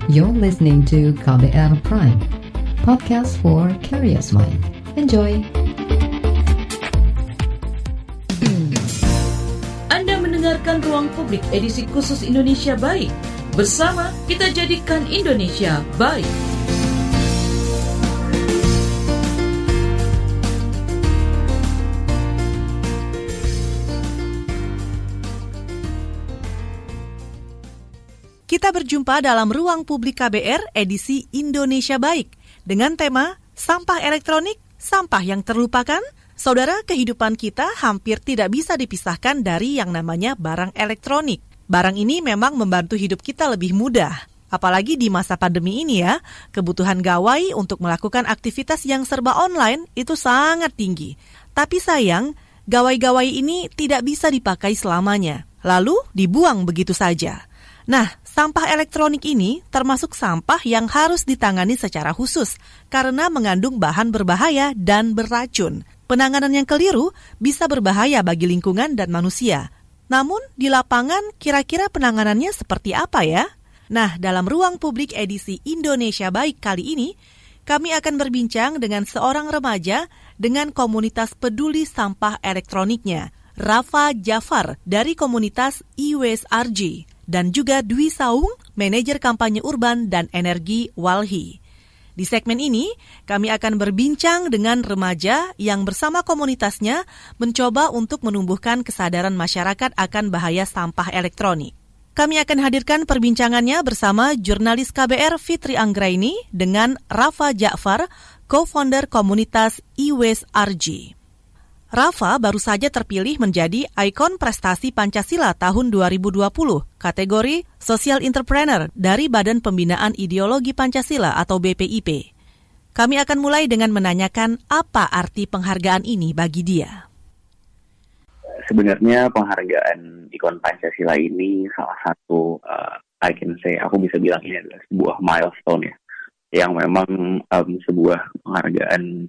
You're listening to KBR Prime, podcast for curious mind. Enjoy! Anda mendengarkan Ruang Publik edisi khusus Indonesia Baik. Bersama kita jadikan Indonesia baik. Kita berjumpa dalam Ruang Publik KBR edisi Indonesia Baik dengan tema Sampah Elektronik, Sampah yang Terlupakan. Saudara, kehidupan kita hampir tidak bisa dipisahkan dari yang namanya barang elektronik. Barang ini memang membantu hidup kita lebih mudah. Apalagi di masa pandemi ini ya, kebutuhan gawai untuk melakukan aktivitas yang serba online itu sangat tinggi. Tapi sayang, gawai-gawai ini tidak bisa dipakai selamanya, lalu dibuang begitu saja. Nah, sampah elektronik ini termasuk sampah yang harus ditangani secara khusus karena mengandung bahan berbahaya dan beracun. Penanganan yang keliru bisa berbahaya bagi lingkungan dan manusia. Namun, di lapangan kira-kira penanganannya seperti apa ya? Nah, dalam Ruang Publik edisi Indonesia Baik kali ini, kami akan berbincang dengan seorang remaja dengan komunitas peduli sampah elektroniknya, Rafa Jafar dari komunitas e-Waste RG. Dan juga Dwi Saung, manajer kampanye urban dan energi Walhi. Di segmen ini, kami akan berbincang dengan remaja yang bersama komunitasnya mencoba untuk menumbuhkan kesadaran masyarakat akan bahaya sampah elektronik. Kami akan hadirkan perbincangannya bersama jurnalis KBR Fitri Anggraini dengan Rafa Jafar, co-founder komunitas e-Waste RG. Rafa baru saja terpilih menjadi ikon prestasi Pancasila tahun 2020, kategori Social Entrepreneur dari Badan Pembinaan Ideologi Pancasila atau BPIP. Kami akan mulai dengan menanyakan apa arti penghargaan ini bagi dia. Sebenarnya penghargaan ikon Pancasila ini salah satu, aku bisa bilang ini adalah sebuah milestone ya, yang memang sebuah penghargaan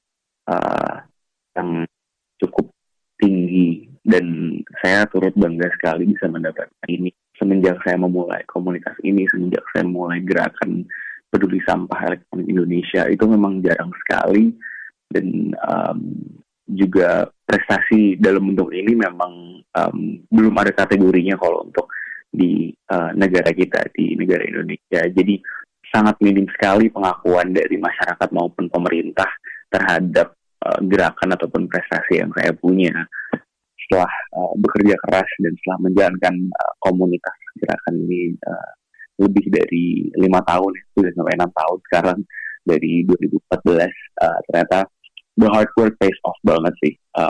yang cukup tinggi dan saya turut bangga sekali bisa mendapatkan ini semenjak saya memulai komunitas ini, semenjak saya mulai gerakan peduli sampah elektronik Indonesia. Itu memang jarang sekali dan juga prestasi dalam bentuk ini memang belum ada kategorinya kalau untuk di negara kita, di negara Indonesia. Jadi sangat minim sekali pengakuan dari masyarakat maupun pemerintah terhadap gerakan ataupun prestasi yang saya punya setelah bekerja keras dan setelah menjalankan komunitas gerakan ini lebih dari 5 tahun, sudah sampai 6 tahun sekarang dari 2014. Ternyata the hard work pays off banget sih.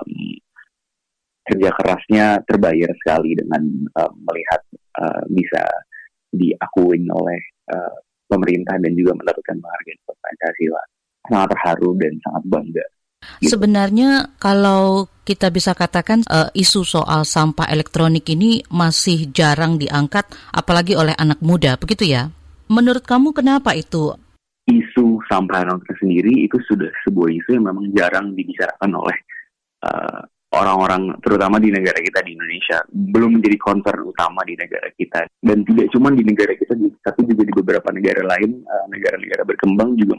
Kerja kerasnya terbayar sekali dengan melihat bisa diakuin oleh pemerintah dan juga mendapatkan penghargaan Pancasila. Sangat terharu dan sangat bangga. Sebenarnya kalau kita bisa katakan isu soal sampah elektronik ini masih jarang diangkat apalagi oleh anak muda, begitu ya? Menurut kamu kenapa itu? Isu sampah elektronik sendiri itu sudah sebuah isu yang memang jarang dibicarakan oleh orang-orang terutama di negara kita di Indonesia. Belum menjadi concern utama di negara kita. Dan tidak cuma di negara kita, tapi juga di beberapa negara lain, negara-negara berkembang juga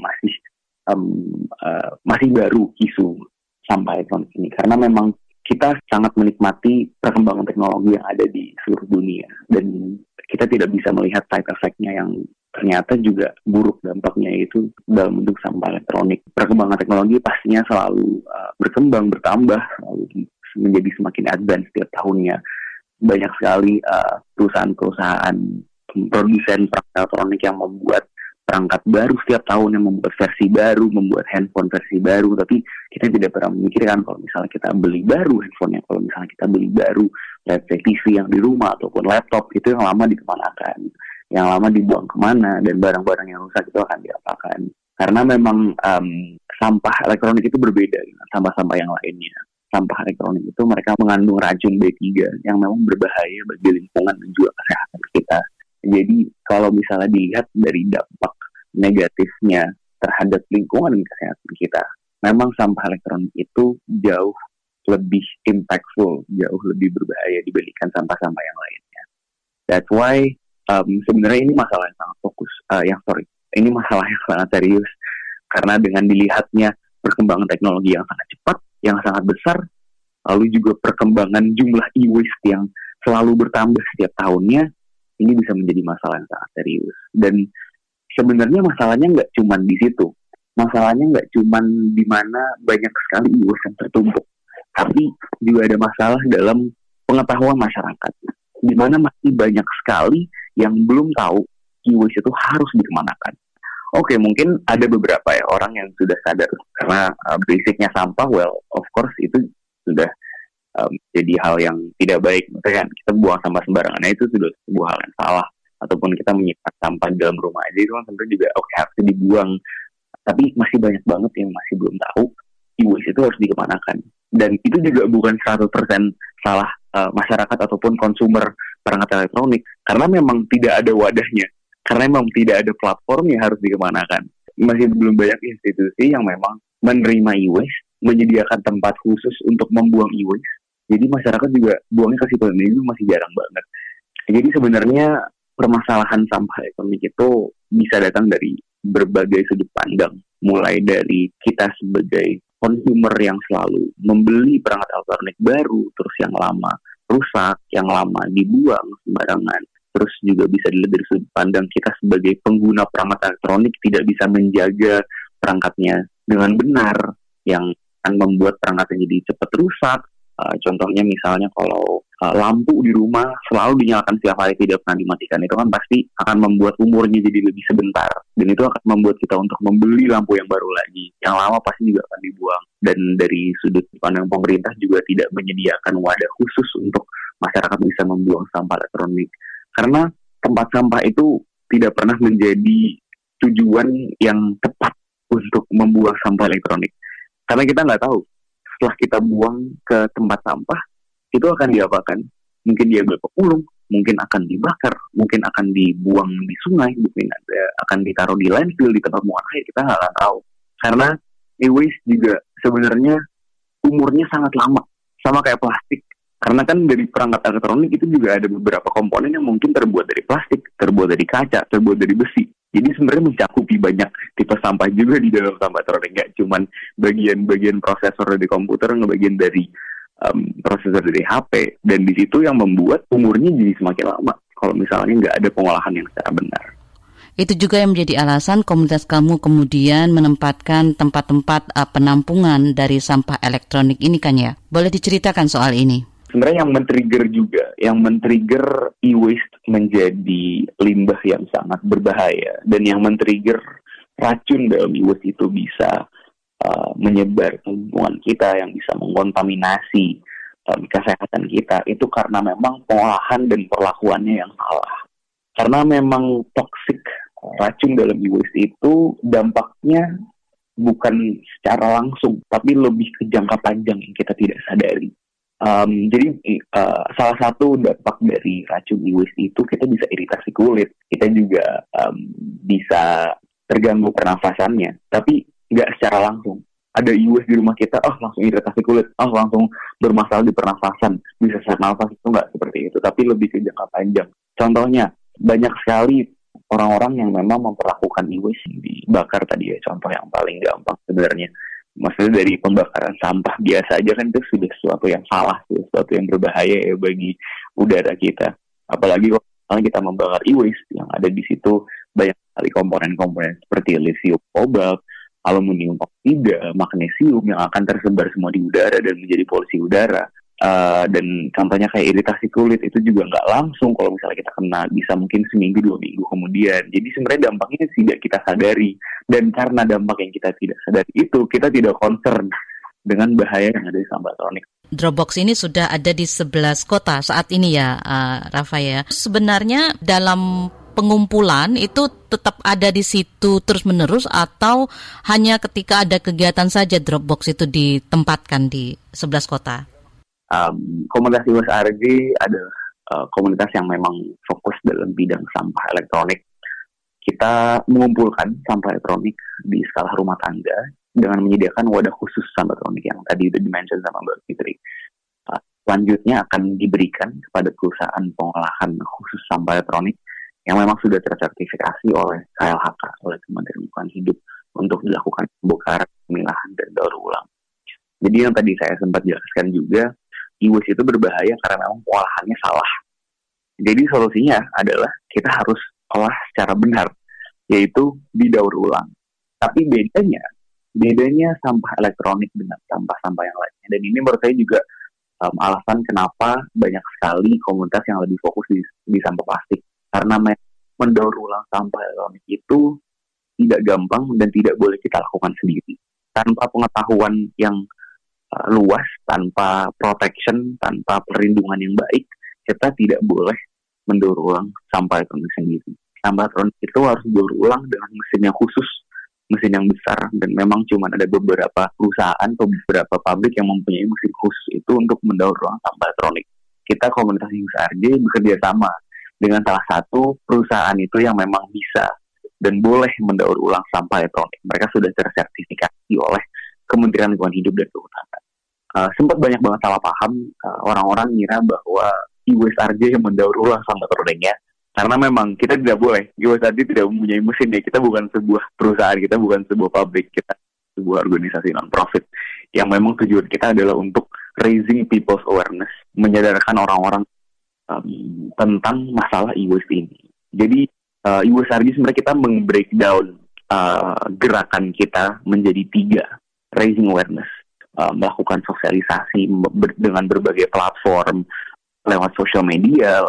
masih baru isu sampah elektronik ini karena memang kita sangat menikmati perkembangan teknologi yang ada di seluruh dunia dan kita tidak bisa melihat side effect-nya yang ternyata juga buruk dampaknya itu dalam bentuk sampah elektronik. Perkembangan teknologi pastinya selalu berkembang, bertambah, selalu menjadi semakin advance setiap tahunnya. Banyak sekali perusahaan-perusahaan produsen perangkat elektronik yang membuat perangkat baru setiap tahun, yang membuat versi baru, membuat handphone versi baru, tapi kita tidak pernah memikirkan kalau misalnya kita beli baru handphonenya, kalau misalnya kita beli baru let's say TV yang di rumah ataupun laptop, itu yang lama dikemanakan, yang lama dibuang kemana, dan barang-barang yang rusak itu akan diapakan. Karena memang sampah elektronik itu berbeda dengan sampah-sampah yang lainnya. Sampah elektronik itu mereka mengandung racun B3 yang memang berbahaya bagi lingkungan dan juga kesehatan kita. Jadi kalau misalnya dilihat dari dampak negatifnya terhadap lingkungan dan kesehatan kita, memang sampah elektronik itu jauh lebih impactful, jauh lebih berbahaya dibandingkan sampah-sampah yang lainnya. That's why sebenarnya ini masalah yang sangat fokus ini masalah yang sangat serius karena dengan dilihatnya perkembangan teknologi yang sangat cepat, yang sangat besar, lalu juga perkembangan jumlah e-waste yang selalu bertambah setiap tahunnya, ini bisa menjadi masalah yang sangat serius. Dan sebenarnya masalahnya nggak cuma di situ, masalahnya nggak cuma di mana banyak sekali e-waste yang tertumpuk, tapi juga ada masalah dalam pengetahuan masyarakat, di mana masih banyak sekali yang belum tahu e-waste itu harus dikemanakan. Oke, mungkin ada beberapa orang yang sudah sadar karena basicnya sampah, well, of course itu sudah jadi hal yang tidak baik. Misalnya kan kita buang sampah sembarangan, itu sudah sebuah hal yang salah. Ataupun kita menyimpan sampah di dalam rumah aja, itu kan sebenarnya juga harus dibuang. Tapi masih banyak banget yang masih belum tahu e-waste itu harus dikemanakan. Dan itu juga bukan 100% salah masyarakat ataupun konsumer perangkat elektronik, karena memang tidak ada wadahnya. Karena memang tidak ada platform yang harus dikemanakan. Masih belum banyak institusi yang memang menerima e-waste, menyediakan tempat khusus untuk membuang e-waste. Jadi masyarakat juga buangnya ke situ, itu masih jarang banget. Jadi sebenarnya permasalahan sampah elektronik itu bisa datang dari berbagai sudut pandang. Mulai dari kita sebagai konsumer yang selalu membeli perangkat elektronik baru, terus yang lama rusak, yang lama dibuang sembarangan. Terus juga bisa dilihat dari sudut pandang kita sebagai pengguna perangkat elektronik tidak bisa menjaga perangkatnya dengan benar, yang akan membuat perangkatnya jadi cepat rusak. Contohnya misalnya kalau lampu di rumah selalu dinyalakan setiap hari, tidak pernah dimatikan, itu kan pasti akan membuat umurnya jadi lebih sebentar, dan itu akan membuat kita untuk membeli lampu yang baru lagi, yang lama pasti juga akan dibuang. Dan dari sudut pandang pemerintah juga tidak menyediakan wadah khusus untuk masyarakat bisa membuang sampah elektronik. Karena tempat sampah itu tidak pernah menjadi tujuan yang tepat untuk membuang sampah elektronik. Karena kita nggak tahu setelah kita buang ke tempat sampah, itu akan diapakan? Mungkin diambil pemulung, mungkin akan dibakar, mungkin akan dibuang di sungai, mungkin akan ditaruh di landfill, di tempat buangan air, kita nggak akan tahu. Karena e-waste juga sebenarnya umurnya sangat lama, sama kayak plastik. Karena kan dari perangkat elektronik itu juga ada beberapa komponen yang mungkin terbuat dari plastik, terbuat dari kaca, terbuat dari besi. Jadi sebenarnya mencakupi banyak tipe sampah juga di dalam sampah elektronik. Nggak cuma bagian-bagian prosesor dari komputer, nggak bagian dari prosesor dari HP. Dan di situ yang membuat umurnya jadi semakin lama kalau misalnya nggak ada pengolahan yang secara benar. Itu juga yang menjadi alasan komunitas kamu kemudian menempatkan tempat-tempat penampungan dari sampah elektronik ini kan ya? Boleh diceritakan soal ini? Sebenarnya yang men-trigger e-waste menjadi limbah yang sangat berbahaya, dan yang men-trigger racun dalam e-waste itu bisa menyebar ke lingkungan kita, yang bisa mengkontaminasi kesehatan kita, itu karena memang pengolahan dan perlakuannya yang salah. Karena memang toksik, racun dalam e-waste itu dampaknya bukan secara langsung, tapi lebih ke jangka panjang yang kita tidak sadari. Jadi salah satu dampak dari racun e-waste itu kita bisa iritasi kulit, kita juga bisa terganggu pernafasannya, tapi nggak secara langsung. Ada e-waste di rumah kita, langsung iritasi kulit, langsung bermasalah di pernafasan, bisa sesak nafas, itu nggak seperti itu, tapi lebih ke jangka panjang. Contohnya, banyak sekali orang-orang yang memang memperlakukan e-waste dibakar tadi ya, contoh yang paling gampang sebenarnya. Maksudnya dari pembakaran sampah biasa aja kan itu sudah sesuatu yang salah, sesuatu yang berbahaya ya bagi udara kita. Apalagi kalau kita membakar e-waste yang ada di situ banyak sekali komponen-komponen seperti lithium, kobalt, aluminium oksida, magnesium yang akan tersebar semua di udara dan menjadi polusi udara. Dan contohnya kayak iritasi kulit itu juga nggak langsung kalau misalnya kita kena, bisa mungkin seminggu 2 minggu kemudian. Jadi sebenarnya dampaknya tidak kita sadari, dan karena dampak yang kita tidak sadari itu kita tidak concern dengan bahaya yang ada di sampah elektronik. Dropbox ini sudah ada di 11 kota saat ini ya, Rafa ya. Sebenarnya dalam pengumpulan itu tetap ada di situ terus-menerus atau hanya ketika ada kegiatan saja Dropbox itu ditempatkan di 11 kota? Komunitas e-waste ARG adalah komunitas yang memang fokus dalam bidang sampah elektronik. Kita mengumpulkan sampah elektronik di skala rumah tangga dengan menyediakan wadah khusus sampah elektronik yang tadi sudah dimention sama Mbak Fitri. Selanjutnya akan diberikan kepada perusahaan pengolahan khusus sampah elektronik yang memang sudah tersertifikasi oleh KLHK, oleh Kementerian Lingkungan Hidup untuk dilakukan pembongkaran, pemilahan, dan daur ulang. Jadi yang tadi saya sempat jelaskan juga, e-waste itu berbahaya karena memang pengolahannya salah. Jadi solusinya adalah kita harus olah secara benar, yaitu didaur ulang. Tapi bedanya sampah elektronik dengan sampah-sampah yang lainnya. Dan ini menurut saya juga alasan kenapa banyak sekali komunitas yang lebih fokus di sampah plastik. Karena mendaur ulang sampah elektronik itu tidak gampang dan tidak boleh kita lakukan sendiri. Tanpa pengetahuan yang luas, tanpa protection, tanpa perlindungan yang baik, kita tidak boleh mendaur ulang sampah elektronik sendiri. Sampah elektronik itu harus didaur ulang dengan mesin yang khusus, mesin yang besar, dan memang cuma ada beberapa perusahaan atau beberapa pabrik yang mempunyai mesin khusus itu untuk mendaur ulang sampah elektronik. Kita komunitas USRJ bekerja sama dengan salah satu perusahaan itu yang memang bisa dan boleh mendaur ulang sampah elektronik. Mereka sudah tersertifikasi oleh Kementerian Lingkungan Hidup dan Kehutanan. Sempat banyak banget salah paham, orang-orang ngira bahwa USRJ yang mendaur ulang sampah elektroniknya, karena memang kita tidak boleh. USRJ tidak mempunyai mesin ya. Kita bukan sebuah perusahaan, kita bukan sebuah pabrik, kita sebuah organisasi non-profit yang memang tujuan kita adalah untuk raising people's awareness, menyadarkan orang-orang tentang masalah e-waste ini. Jadi USRJ sebenarnya kita meng-breakdown gerakan kita menjadi 3. Raising awareness, melakukan sosialisasi dengan berbagai platform, lewat social media,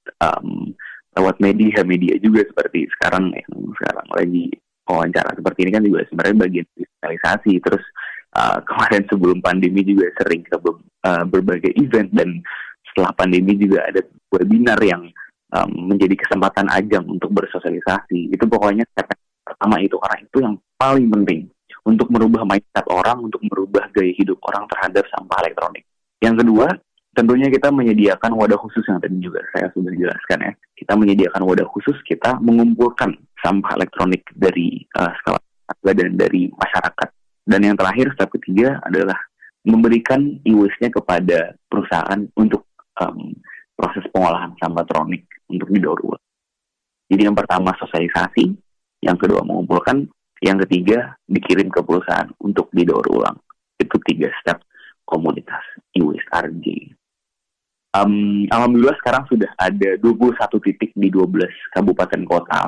lewat media juga seperti sekarang lagi wawancara seperti ini kan juga sebenarnya bagian digitalisasi. Terus kemarin sebelum pandemi juga sering ke berbagai event, dan setelah pandemi juga ada webinar yang menjadi kesempatan ajang untuk bersosialisasi. Itu pokoknya step pertama itu, karena itu yang paling penting untuk merubah mindset orang, untuk merubah gaya hidup orang terhadap sampah elektronik. Yang kedua, tentunya kita menyediakan wadah khusus yang tadi juga saya sudah jelaskan ya. Kita menyediakan wadah khusus, kita mengumpulkan sampah elektronik dari skala warga dan dari masyarakat. Dan yang terakhir, step ketiga adalah memberikan e-waste-nya kepada perusahaan untuk proses pengolahan sampah elektronik untuk didaur ulang. Jadi yang pertama sosialisasi, yang kedua mengumpulkan, yang ketiga dikirim ke perusahaan untuk didaur ulang. Itu 3 step komunitas e-waste RJ. Alhamdulillah sekarang sudah ada 21 titik di 12 kabupaten kota.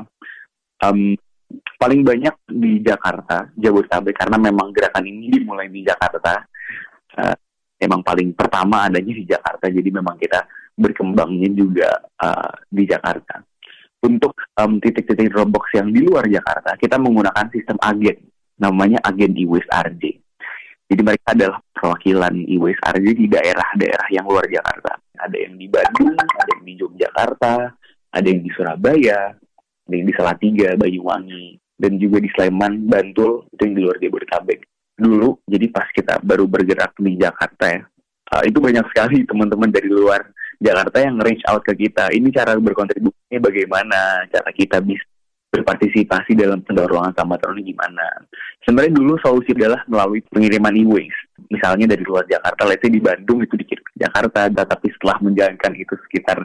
Paling banyak di Jakarta, Jabodetabek, karena memang gerakan ini dimulai di Jakarta. Memang paling pertama adanya di Jakarta, jadi memang kita berkembangnya juga di Jakarta. Untuk titik-titik Dropbox yang di luar Jakarta, kita menggunakan sistem agen, namanya agen e-waste RJ. Jadi mereka adalah perwakilan e-waste RJ di daerah-daerah yang luar Jakarta. Ada yang di Bandung, ada yang di Yogyakarta, ada yang di Surabaya, ada yang di Salatiga, Banyuwangi, dan juga di Sleman, Bantul, itu yang di luar Jabodetabek. Dulu, jadi pas kita baru bergerak di Jakarta ya, itu banyak sekali teman-teman dari luar Jakarta yang reach out ke kita. Ini cara berkontribusinya bagaimana, cara kita bisa berpartisipasi dalam pendaur ulangan sampah elektronik gimana. Sebenarnya dulu solusi adalah melalui pengiriman e-waste. Misalnya dari luar Jakarta, let's say di Bandung itu dikirim ke Jakarta, tapi setelah menjalankan itu sekitar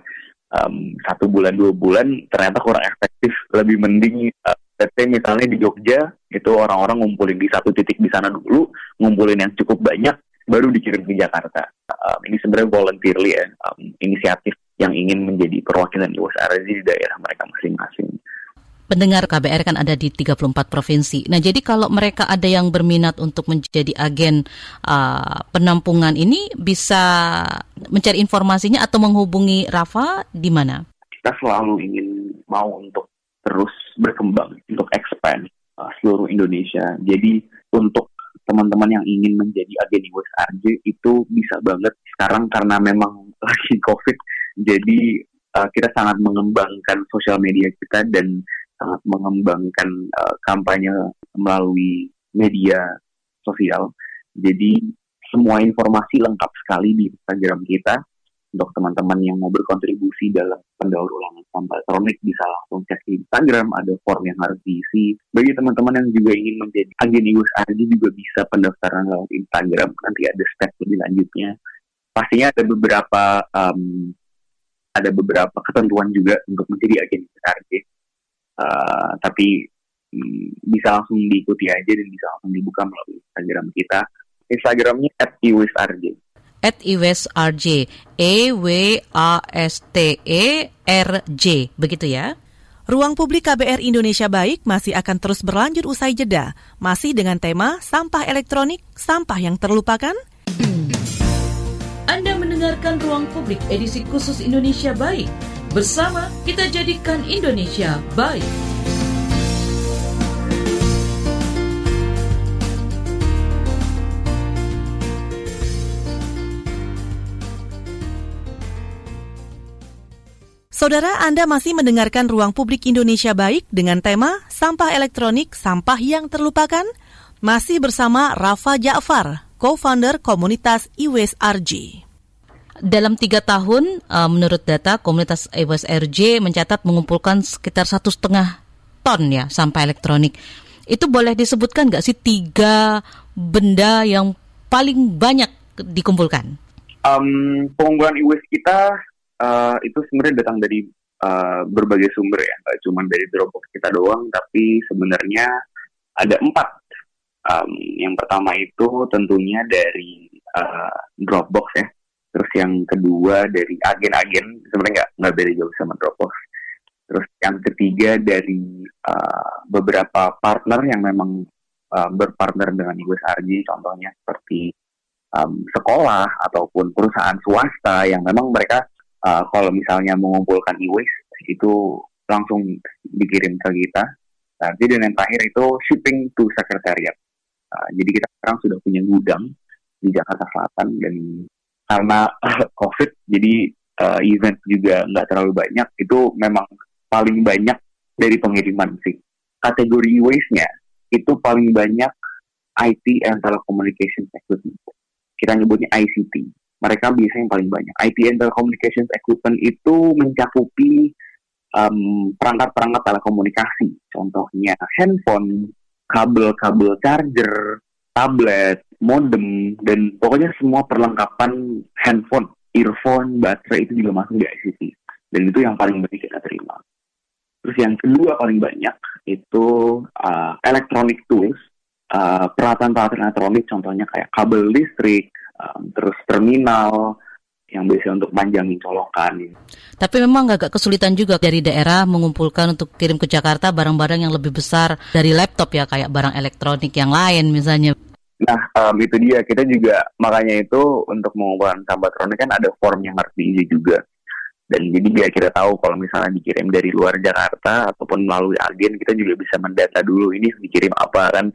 1 bulan, 2 bulan, ternyata kurang efektif. Lebih mending, let's say misalnya di Jogja, itu orang-orang ngumpulin di satu titik di sana dulu, ngumpulin yang cukup banyak, baru dikirim ke Jakarta. Ini sebenarnya voluntarily ya, inisiatif yang ingin menjadi perwakilan USRJ di daerah mereka masing-masing. Pendengar KBR kan ada di 34 provinsi. Nah, jadi kalau mereka ada yang berminat untuk menjadi agen penampungan ini, bisa mencari informasinya atau menghubungi Rafa di mana? Kita selalu ingin mau untuk terus berkembang, untuk expand seluruh Indonesia. Jadi untuk teman-teman yang ingin menjadi agen USRJ itu bisa banget sekarang karena memang lagi COVID. Jadi kita sangat mengembangkan sosial media kita dan sangat mengembangkan kampanye melalui media sosial. Jadi semua informasi lengkap sekali di Instagram kita. Untuk teman-teman yang mau berkontribusi dalam pendaur ulangan sampah elektronik bisa langsung cek di Instagram, ada form yang harus diisi. Bagi teman-teman yang juga ingin menjadi agen USRJ juga bisa pendaftaran lewat Instagram. Nanti ada step lebih lanjutnya. Pastinya ada ada beberapa ketentuan juga untuk menjadi agen IWSRJ. Tapi bisa langsung diikuti aja dan bisa langsung dibuka melalui Instagram kita. Instagramnya @iwsrj. @iwsrj, EWASTERJ, begitu ya? Ruang Publik KBR Indonesia Baik masih akan terus berlanjut usai jeda, masih dengan tema sampah elektronik, sampah yang terlupakan. Anda mendengarkan Ruang Publik edisi khusus Indonesia Baik. Bersama kita jadikan Indonesia baik. Saudara, Anda masih mendengarkan Ruang Publik Indonesia Baik dengan tema Sampah Elektronik, Sampah yang Terlupakan. Masih bersama Rafa Ja'far, co-founder komunitas IWSRJ. Dalam 3 tahun, menurut data komunitas IWSRJ mencatat mengumpulkan sekitar 1,5 ton ya sampah elektronik. Itu boleh disebutkan nggak sih 3 benda yang paling banyak dikumpulkan? Pengumpulan IWS kita itu sebenarnya datang dari berbagai sumber ya, nggak cuma dari Dropbox kita doang, tapi sebenarnya ada 4. Yang pertama itu tentunya dari Dropbox ya, terus yang kedua dari agen-agen, sebenarnya nggak beda jauh sama Dropbox. Terus yang ketiga dari beberapa partner yang memang berpartner dengan IWSRJ, contohnya seperti sekolah ataupun perusahaan swasta yang memang mereka kalau misalnya mengumpulkan e-waste itu langsung dikirim ke kita. Dan yang terakhir itu shipping to secretariat. Jadi kita sekarang sudah punya gudang di Jakarta Selatan, dan karena COVID jadi event juga nggak terlalu banyak. Itu memang paling banyak dari pengiriman sih. Kategori e-waste-nya itu paling banyak IT and Telecommunications Equipment. Kita nyebutnya ICT. Mereka biasanya yang paling banyak. IT and Telecommunications Equipment itu mencakupi perangkat-perangkat telekomunikasi. Contohnya handphone, kabel-kabel charger, tablet, modem, dan pokoknya semua perlengkapan handphone, earphone, baterai itu juga masuk di ICT. Dan itu yang paling banyak kita terima. Terus yang kedua paling banyak itu electronic tools, peralatan-peralatan elektronik, contohnya kayak kabel listrik, terus terminal yang biasanya untuk panjangin colokan. Tapi memang agak kesulitan juga dari daerah mengumpulkan untuk kirim ke Jakarta barang-barang yang lebih besar dari laptop ya, kayak barang elektronik yang lain misalnya. Nah, itu dia. Kita juga makanya itu untuk mengumpulkan sampah elektronik kan ada form yang harus diisi juga. Dan jadi biar kita tahu kalau misalnya dikirim dari luar Jakarta ataupun melalui agen, kita juga bisa mendata dulu ini dikirim apa kan.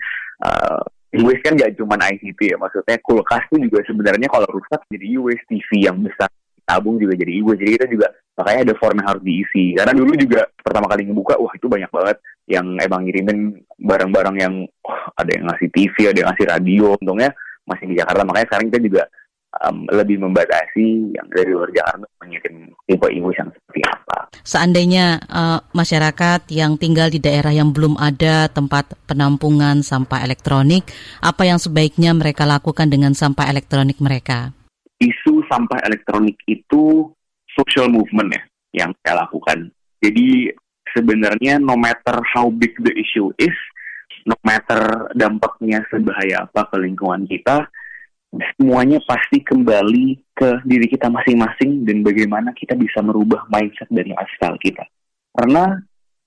E-waste kan gak cuma ICT ya, maksudnya kulkas itu juga sebenarnya kalau rusak jadi e-waste, TV yang besar tabung juga jadi e-waste. Jadi kita juga makanya ada form yang harus diisi. Karena dulu juga pertama kali ngebuka, wah itu banyak banget yang emang ngirimin barang-barang yang ada yang ngasih TV, ada yang ngasih radio. Untungnya masih di Jakarta, makanya sekarang kita juga lebih membatasi yang dari luar Jakarta mengirim tipe e-waste yang seperti apa. Seandainya masyarakat yang tinggal di daerah yang belum ada tempat penampungan sampah elektronik, apa yang sebaiknya mereka lakukan dengan sampah elektronik mereka? Isu sampah elektronik itu social movement ya yang saya lakukan. Jadi sebenarnya no matter how big the issue is, no matter dampaknya sebahaya apa ke lingkungan kita, semuanya pasti kembali ke diri kita masing-masing dan bagaimana kita bisa merubah mindset dari lifestyle kita. Karena,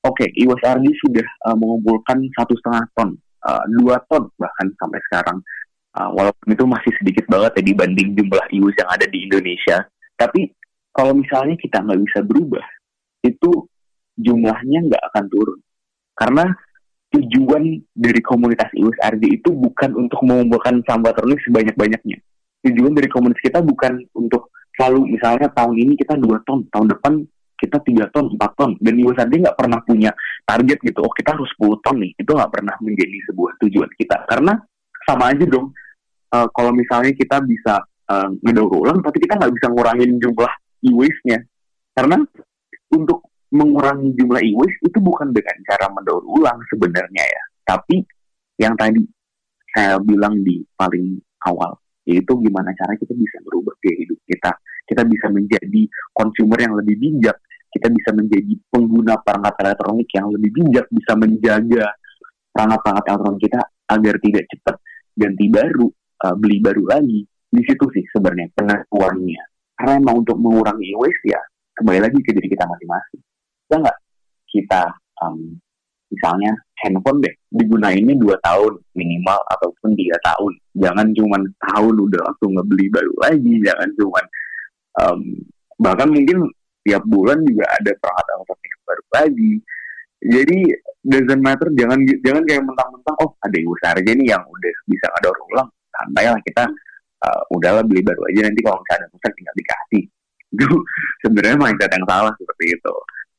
IWSRJ sudah mengumpulkan 1,5 ton, 2 ton bahkan sampai sekarang. Walaupun itu masih sedikit banget ya dibanding jumlah IWS yang ada di Indonesia. Tapi kalau misalnya kita nggak bisa berubah, itu jumlahnya nggak akan turun. Karena tujuan dari komunitas IWSRJ itu bukan untuk mengumpulkan sampah elektronik sebanyak-banyaknya. Tujuan dari komunitas kita bukan untuk selalu misalnya tahun ini kita 2 ton, tahun depan kita 3 ton, 4 ton. Dan IWSRJ nggak pernah punya target gitu, kita harus 10 ton nih. Itu nggak pernah menjadi sebuah tujuan kita. Karena sama aja dong, kalau misalnya kita bisa ngedaur ulang, tapi kita nggak bisa ngurangin jumlah e-waste-nya. Karena untuk mengurangi jumlah e-waste itu bukan dengan cara mendaur ulang sebenarnya ya, tapi yang tadi saya bilang di paling awal, yaitu gimana cara kita bisa merubah gaya hidup kita, kita bisa menjadi konsumer yang lebih bijak, kita bisa menjadi pengguna perangkat elektronik yang lebih bijak, bisa menjaga perangkat-perangkat elektronik kita agar tidak cepat ganti baru, beli baru lagi. Di situ sih sebenarnya pengakuannya. Karena emang untuk mengurangi e-waste ya kembali lagi ke diri kita masing-masing. Bisa nggak kita misalnya handphone deh digunainnya 2 tahun minimal ataupun 3 tahun. Jangan cuma tahun udah langsung ngebeli baru lagi. Jangan cuma bahkan mungkin tiap bulan juga ada perangkat elektronik baru lagi. Jadi doesn't matter, jangan kayak mentang-mentang ada e-waste aja nih yang udah bisa daur ulang. Santai lah kita udahlah beli baru aja, nanti kalau misalnya ada rusak tinggal dikasih. Itu sebenarnya mindset yang salah seperti itu.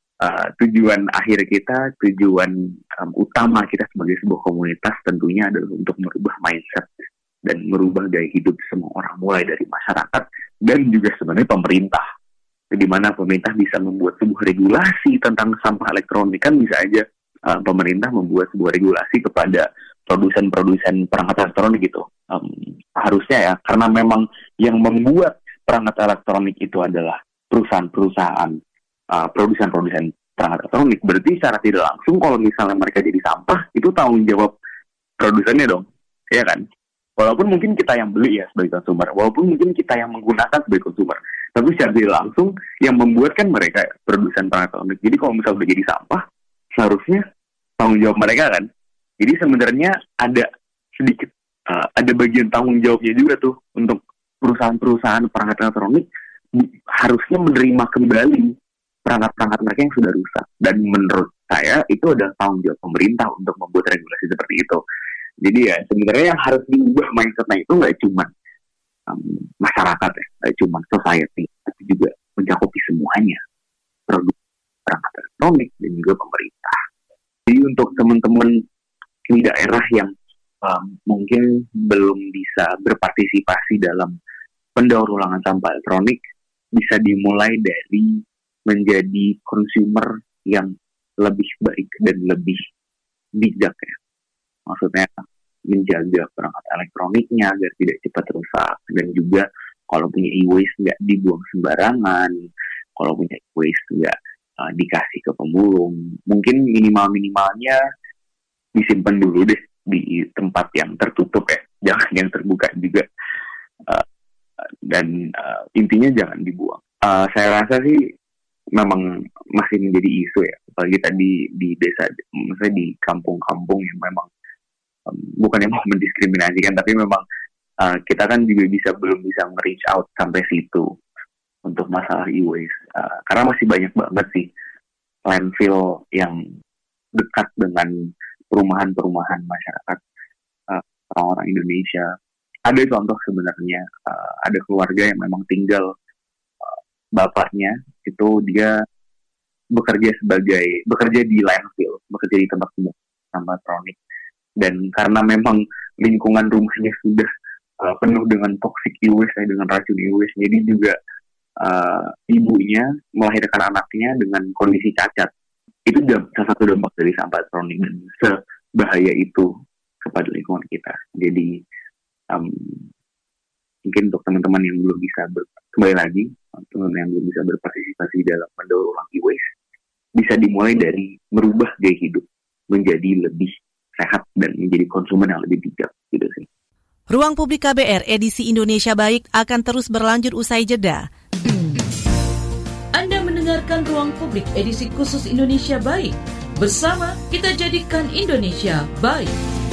Tujuan akhir kita, tujuan utama kita sebagai sebuah komunitas tentunya adalah untuk merubah mindset dan merubah gaya hidup semua orang, mulai dari masyarakat dan juga sebenarnya pemerintah. Di mana pemerintah bisa membuat sebuah regulasi tentang sampah elektronik. Kan bisa aja pemerintah membuat sebuah regulasi kepada produsen-produsen perangkat elektronik gitu. Harusnya ya, karena memang yang membuat perangkat elektronik itu adalah perusahaan-perusahaan produsen-produsen perangkat elektronik. Berarti secara tidak langsung kalau misalnya mereka jadi sampah, itu tanggung jawab produsennya dong, ya kan? Walaupun mungkin kita yang beli ya sebagai konsumer, walaupun mungkin kita yang menggunakan sebagai konsumer, tapi secara tidak langsung yang membuat kan mereka produsen perangkat elektronik. Jadi kalau misalnya udah jadi sampah, seharusnya tanggung jawab mereka kan. Jadi sebenarnya ada sedikit ada bagian tanggung jawabnya juga tuh untuk perusahaan-perusahaan perangkat elektronik harusnya menerima kembali perangkat-perangkat mereka yang sudah rusak. Dan menurut saya itu adalah tanggung jawab pemerintah untuk membuat regulasi seperti itu. Jadi ya sebenarnya yang harus diubah mindsetnya itu nggak cuma masyarakat ya, nggak cuma society, tapi juga mencakupi semuanya, produk perangkat elektronik dan juga pemerintah. Jadi untuk teman-teman di daerah yang mungkin belum bisa berpartisipasi dalam pendaur ulangan sampah elektronik, bisa dimulai dari menjadi konsumer yang lebih baik dan lebih bijak ya. Maksudnya menjaga perangkat elektroniknya agar tidak cepat rusak, dan juga kalau punya e-waste nggak dibuang sembarangan, kalau punya e-waste nggak dikasih ke pemulung, mungkin minimalnya disimpan dulu deh di tempat yang tertutup ya, jangan yang terbuka juga, dan intinya jangan dibuang. Saya rasa sih memang masih menjadi isu ya, apalagi tadi di desa, maksudnya di kampung-kampung yang memang bukannya mau mendiskriminasikan, tapi memang kita kan juga belum bisa nge-reach out sampai situ untuk masalah e-waste, karena masih banyak banget sih landfill yang dekat dengan perumahan-perumahan masyarakat orang-orang Indonesia. Ada contoh sebenarnya, ada keluarga yang memang tinggal, bapaknya itu dia bekerja di landfill, bekerja di tempat sampah elektronik. Dan karena memang lingkungan rumahnya sudah penuh dengan toxic e-waste, dengan racun e-waste, jadi juga ibunya melahirkan anaknya dengan kondisi cacat. Itu salah satu dampak dari sampah elektronik, dan sebahaya itu kepada lingkungan kita. Jadi mungkin untuk teman-teman yang belum bisa kembali lagi, teman-teman yang belum bisa berpartisipasi dalam mendaur ulang e-waste, bisa dimulai dari merubah gaya hidup menjadi lebih sehat dan menjadi konsumen yang lebih bijak, gitu sih. Ruang Publik KBR edisi Indonesia Baik akan terus berlanjut usai jeda. Anda mendengarkan Ruang Publik edisi khusus Indonesia Baik. Bersama kita jadikan Indonesia baik.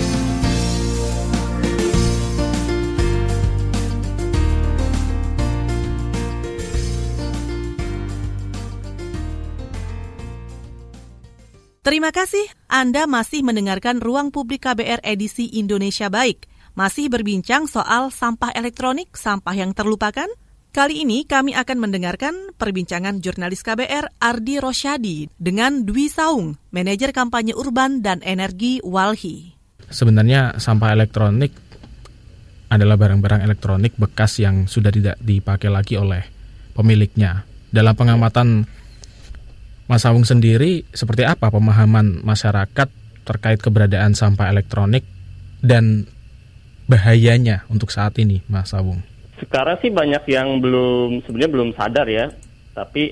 Terima kasih Anda masih mendengarkan Ruang Publik KBR edisi Indonesia Baik. Masih berbincang soal sampah elektronik, sampah yang terlupakan. Kali ini kami akan mendengarkan perbincangan jurnalis KBR Ardi Rosyadi dengan Dwi Saung, manajer kampanye urban dan energi Walhi. Sebenarnya sampah elektronik adalah barang-barang elektronik bekas yang sudah tidak dipakai lagi oleh pemiliknya. Dalam pengamatan Mas Sawung sendiri, seperti apa pemahaman masyarakat terkait keberadaan sampah elektronik dan bahayanya untuk saat ini, Mas Sawung? Sekarang sih banyak yang sebenarnya belum sadar ya, tapi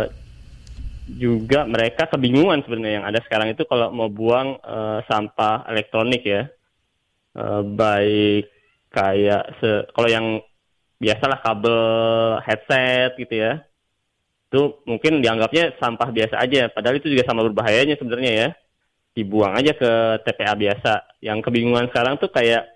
juga mereka kebingungan sebenarnya. Yang ada sekarang itu kalau mau buang sampah elektronik ya, baik kayak kalau yang biasalah kabel headset gitu ya, itu mungkin dianggapnya sampah biasa aja, padahal itu juga sama berbahayanya sebenarnya ya, dibuang aja ke TPA biasa. Yang kebingungan sekarang tuh kayak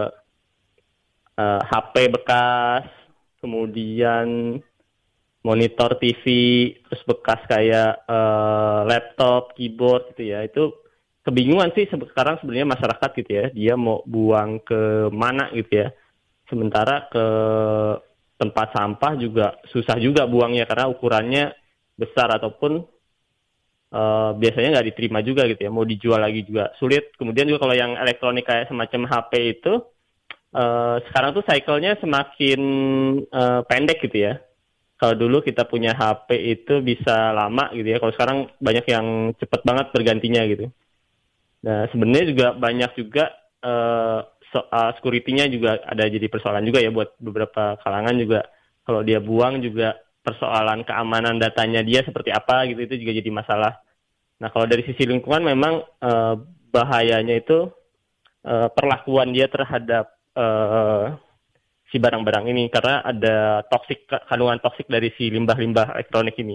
HP bekas, kemudian monitor TV, terus bekas kayak laptop, keyboard gitu ya. Itu kebingungan sih sekarang sebenarnya masyarakat gitu ya, dia mau buang ke mana gitu ya. Sementara ke tempat sampah juga susah juga buangnya karena ukurannya besar ataupun biasanya nggak diterima juga gitu ya. Mau dijual lagi juga sulit. Kemudian juga kalau yang elektronik kayak semacam HP itu, sekarang tuh cycle-nya semakin pendek gitu ya. Kalau dulu kita punya HP itu bisa lama gitu ya. Kalau sekarang banyak yang cepat banget bergantinya gitu. Nah sebenarnya juga banyak juga soal security-nya juga ada jadi persoalan juga ya buat beberapa kalangan juga. Kalau dia buang juga persoalan keamanan datanya dia seperti apa gitu, itu juga jadi masalah. Nah kalau dari sisi lingkungan memang bahayanya itu perlakuan dia terhadap si barang-barang ini, karena ada kandungan toksik dari si limbah-limbah elektronik ini.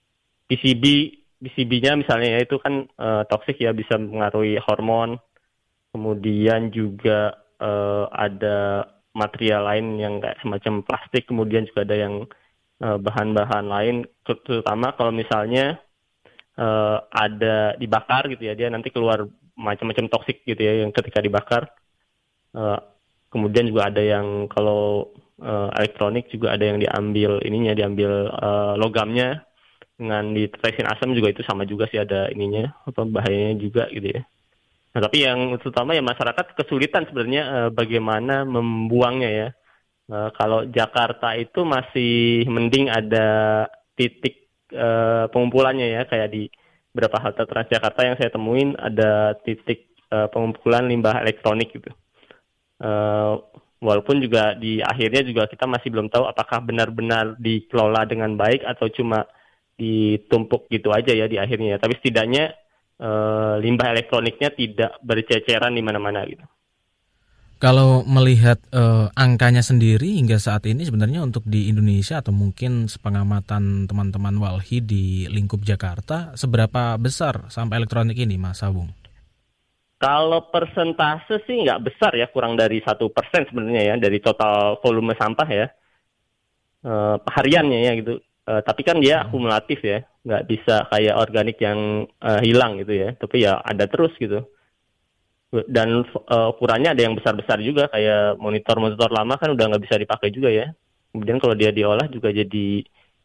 PCB-nya misalnya ya, itu kan toksik ya, bisa mengaruhi hormon. Kemudian juga ada material lain yang kayak semacam plastik, kemudian juga ada yang bahan-bahan lain, terutama kalau misalnya ada dibakar gitu ya, dia nanti keluar macam-macam toksik gitu ya yang ketika dibakar. Kemudian juga ada yang kalau elektronik juga ada yang diambil logamnya dengan ditetesin asam juga, itu sama juga sih ada bahayanya juga gitu ya. Nah tapi yang terutama ya masyarakat kesulitan sebenarnya bagaimana membuangnya ya. Kalau Jakarta itu masih mending ada titik pengumpulannya ya, kayak di beberapa halte Transjakarta yang saya temuin ada titik pengumpulan limbah elektronik gitu. Walaupun juga di akhirnya juga kita masih belum tahu apakah benar-benar dikelola dengan baik atau cuma ditumpuk gitu aja ya di akhirnya. Tapi setidaknya limbah elektroniknya tidak berceceran di mana-mana gitu. Kalau melihat angkanya sendiri hingga saat ini sebenarnya untuk di Indonesia atau mungkin sepengamatan teman-teman Walhi di lingkup Jakarta, seberapa besar sampah elektronik ini, Mas Sawung? Kalau persentase sih nggak besar ya, kurang dari 1% sebenarnya ya dari total volume sampah ya, hariannya ya gitu. Tapi kan dia akumulatif ya, nggak bisa kayak organik yang hilang gitu ya. Tapi ya ada terus gitu. Dan ukurannya ada yang besar-besar juga, kayak monitor lama kan udah nggak bisa dipakai juga ya. Kemudian kalau dia diolah juga jadi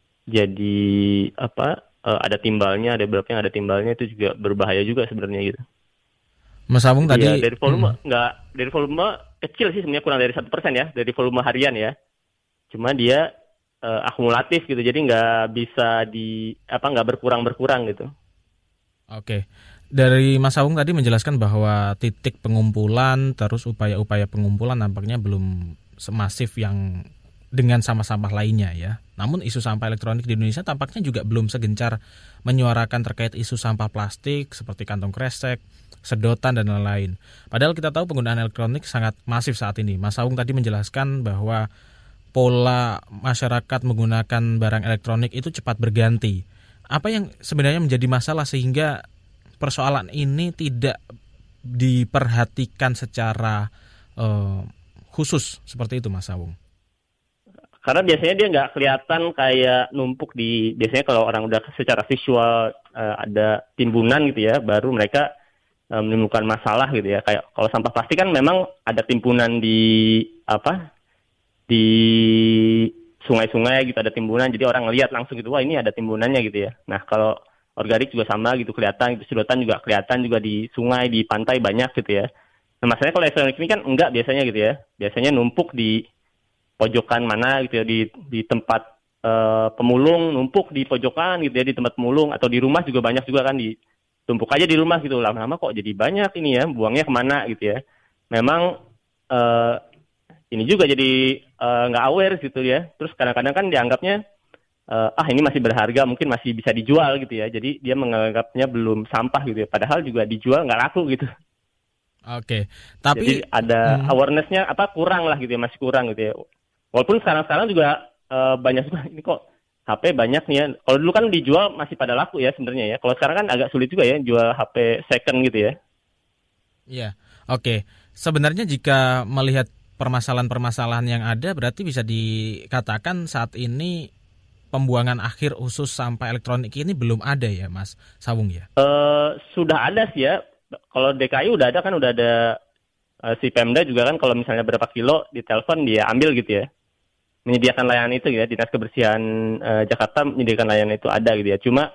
ada timbalnya, ada beberapa yang ada timbalnya, itu juga berbahaya juga sebenarnya gitu. Mas Sawung tadi ya, dari volume kecil sih sebenarnya, kurang dari 1% ya dari volume harian ya. Cuma dia akumulatif gitu, jadi nggak bisa nggak berkurang gitu. Oke. Dari Mas Sawung tadi menjelaskan bahwa titik pengumpulan terus upaya-upaya pengumpulan nampaknya belum semasif yang dengan sampah-sampah lainnya ya. Namun isu sampah elektronik di Indonesia tampaknya juga belum segencar menyuarakan terkait isu sampah plastik seperti kantong kresek, sedotan dan lain-lain. Padahal kita tahu penggunaan elektronik sangat masif saat ini. Mas Sawung tadi menjelaskan bahwa pola masyarakat menggunakan barang elektronik itu cepat berganti. Apa yang sebenarnya menjadi masalah sehingga persoalan ini tidak diperhatikan secara khusus seperti itu, Mas Sawung? Karena biasanya dia nggak kelihatan kayak numpuk biasanya kalau orang udah secara visual ada timbunan gitu ya, baru mereka menimbulkan masalah gitu ya. Kayak kalau sampah plastik kan memang ada timbunan di sungai-sungai gitu, ada timbunan, jadi orang ngelihat langsung gitu, wah ini ada timbunannya gitu ya. Nah kalau organik juga sama gitu, kelihatan gitu, sedotan juga kelihatan juga di sungai, di pantai banyak gitu ya. Nah masalahnya kalau elektronik ini kan enggak biasanya gitu ya, biasanya numpuk di pojokan mana gitu ya, di tempat pemulung, numpuk di pojokan gitu ya, di tempat pemulung, atau di rumah juga banyak juga kan, ditumpuk aja di rumah gitu. Lama-lama kok jadi banyak ini ya, buangnya kemana gitu ya. Memang ini juga jadi nggak aware gitu ya. Terus kadang-kadang kan dianggapnya ini masih berharga, mungkin masih bisa dijual gitu ya. Jadi dia menganggapnya belum sampah gitu ya. Padahal juga dijual nggak laku gitu. Oke, tapi jadi ada awareness-nya kurang lah gitu ya, masih kurang gitu ya. Walaupun sekarang juga banyak juga ini kok HP banyak nih ya. Kalau dulu kan dijual masih pada laku ya sebenarnya ya. Kalau sekarang kan agak sulit juga ya jual HP second gitu ya. Iya, oke. Sebenarnya jika melihat permasalahan-permasalahan yang ada, berarti bisa dikatakan saat ini pembuangan akhir khusus sampah elektronik ini belum ada ya, Mas Sawung ya? Sudah ada sih ya. Kalau DKI udah ada kan, udah ada si Pemda juga kan, kalau misalnya berapa kilo ditelepon dia ambil gitu ya. Menyediakan layanan itu ya, Dinas Kebersihan Jakarta menyediakan layanan itu ada gitu ya. Cuma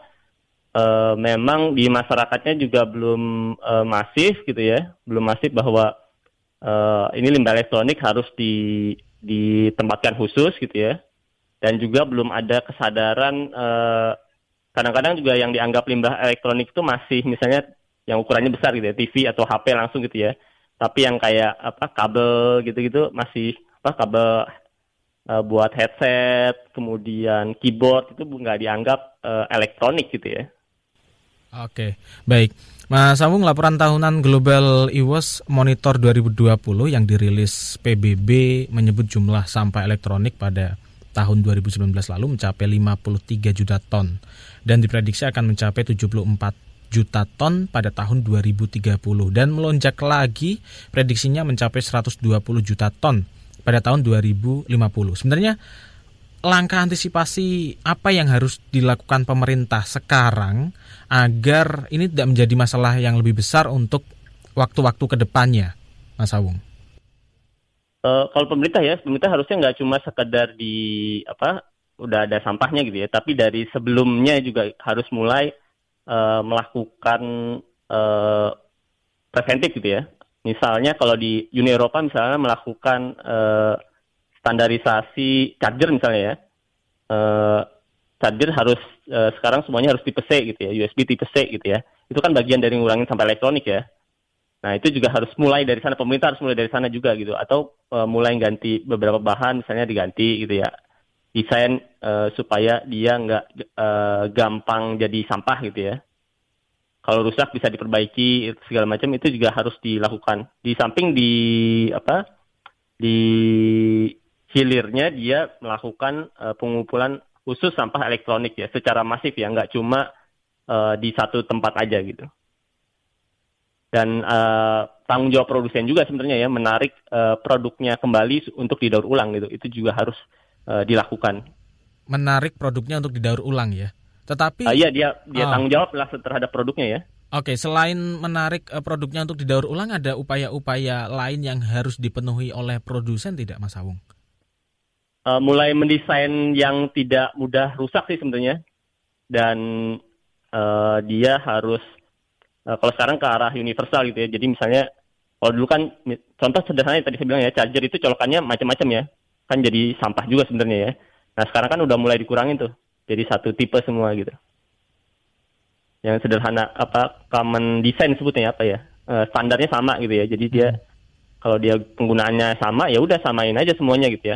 memang di masyarakatnya juga belum masif gitu ya, belum masif bahwa ini limbah elektronik harus ditempatkan khusus gitu ya, dan juga belum ada kesadaran. Kadang-kadang juga yang dianggap limbah elektronik itu masih misalnya yang ukurannya besar gitu ya, TV atau HP langsung gitu ya, tapi yang kayak kabel gitu-gitu masih kabel buat headset, kemudian keyboard itu nggak dianggap elektronik gitu ya. Oke, baik. Mas Sawung, laporan tahunan Global e-Waste Monitor 2020 yang dirilis PBB menyebut jumlah sampah elektronik pada tahun 2019 lalu mencapai 53 juta ton dan diprediksi akan mencapai 74 juta ton pada tahun 2030 dan melonjak lagi prediksinya mencapai 120 juta ton pada tahun 2050. Sebenarnya langkah antisipasi apa yang harus dilakukan pemerintah sekarang agar ini tidak menjadi masalah yang lebih besar untuk waktu-waktu ke depannya, Mas Sawung? Kalau pemerintah harusnya nggak cuma sekedar udah ada sampahnya gitu ya, tapi dari sebelumnya juga harus mulai melakukan preventif gitu ya. Misalnya kalau di Uni Eropa misalnya melakukan standarisasi charger misalnya ya, charger harus sekarang semuanya harus tipe C gitu ya, USB tipe C gitu ya. Itu kan bagian dari ngurangin sampah elektronik ya. Nah itu juga harus mulai dari sana, pemerintah harus mulai dari sana juga gitu. Atau mulai ganti beberapa bahan misalnya diganti gitu ya. Desain supaya dia nggak gampang jadi sampah gitu ya. Kalau rusak bisa diperbaiki segala macam, itu juga harus dilakukan. Di samping di hilirnya dia melakukan pengumpulan khusus sampah elektronik ya, secara masif ya, nggak cuma di satu tempat aja gitu. Dan tanggung jawab produsen juga sebenarnya ya, menarik produknya kembali untuk didaur ulang gitu, itu juga harus dilakukan. Menarik produknya untuk didaur ulang ya. Tetapi dia tanggung jawab lah terhadap produknya ya. Oke, selain menarik produknya untuk didaur ulang, ada upaya-upaya lain yang harus dipenuhi oleh produsen tidak, Mas Sawung? Mulai mendesain yang tidak mudah rusak sih sebenarnya, dan dia harus kalau sekarang ke arah universal gitu ya. Jadi misalnya kalau dulu kan contoh sederhana tadi saya bilang ya, charger itu colokannya macam-macam ya, kan jadi sampah juga sebenarnya ya. Nah sekarang kan udah mulai dikurangin tuh, jadi satu tipe semua gitu. Yang sederhana common design sebutnya standarnya sama gitu ya. Jadi dia kalau dia penggunaannya sama ya udah samain aja semuanya gitu ya.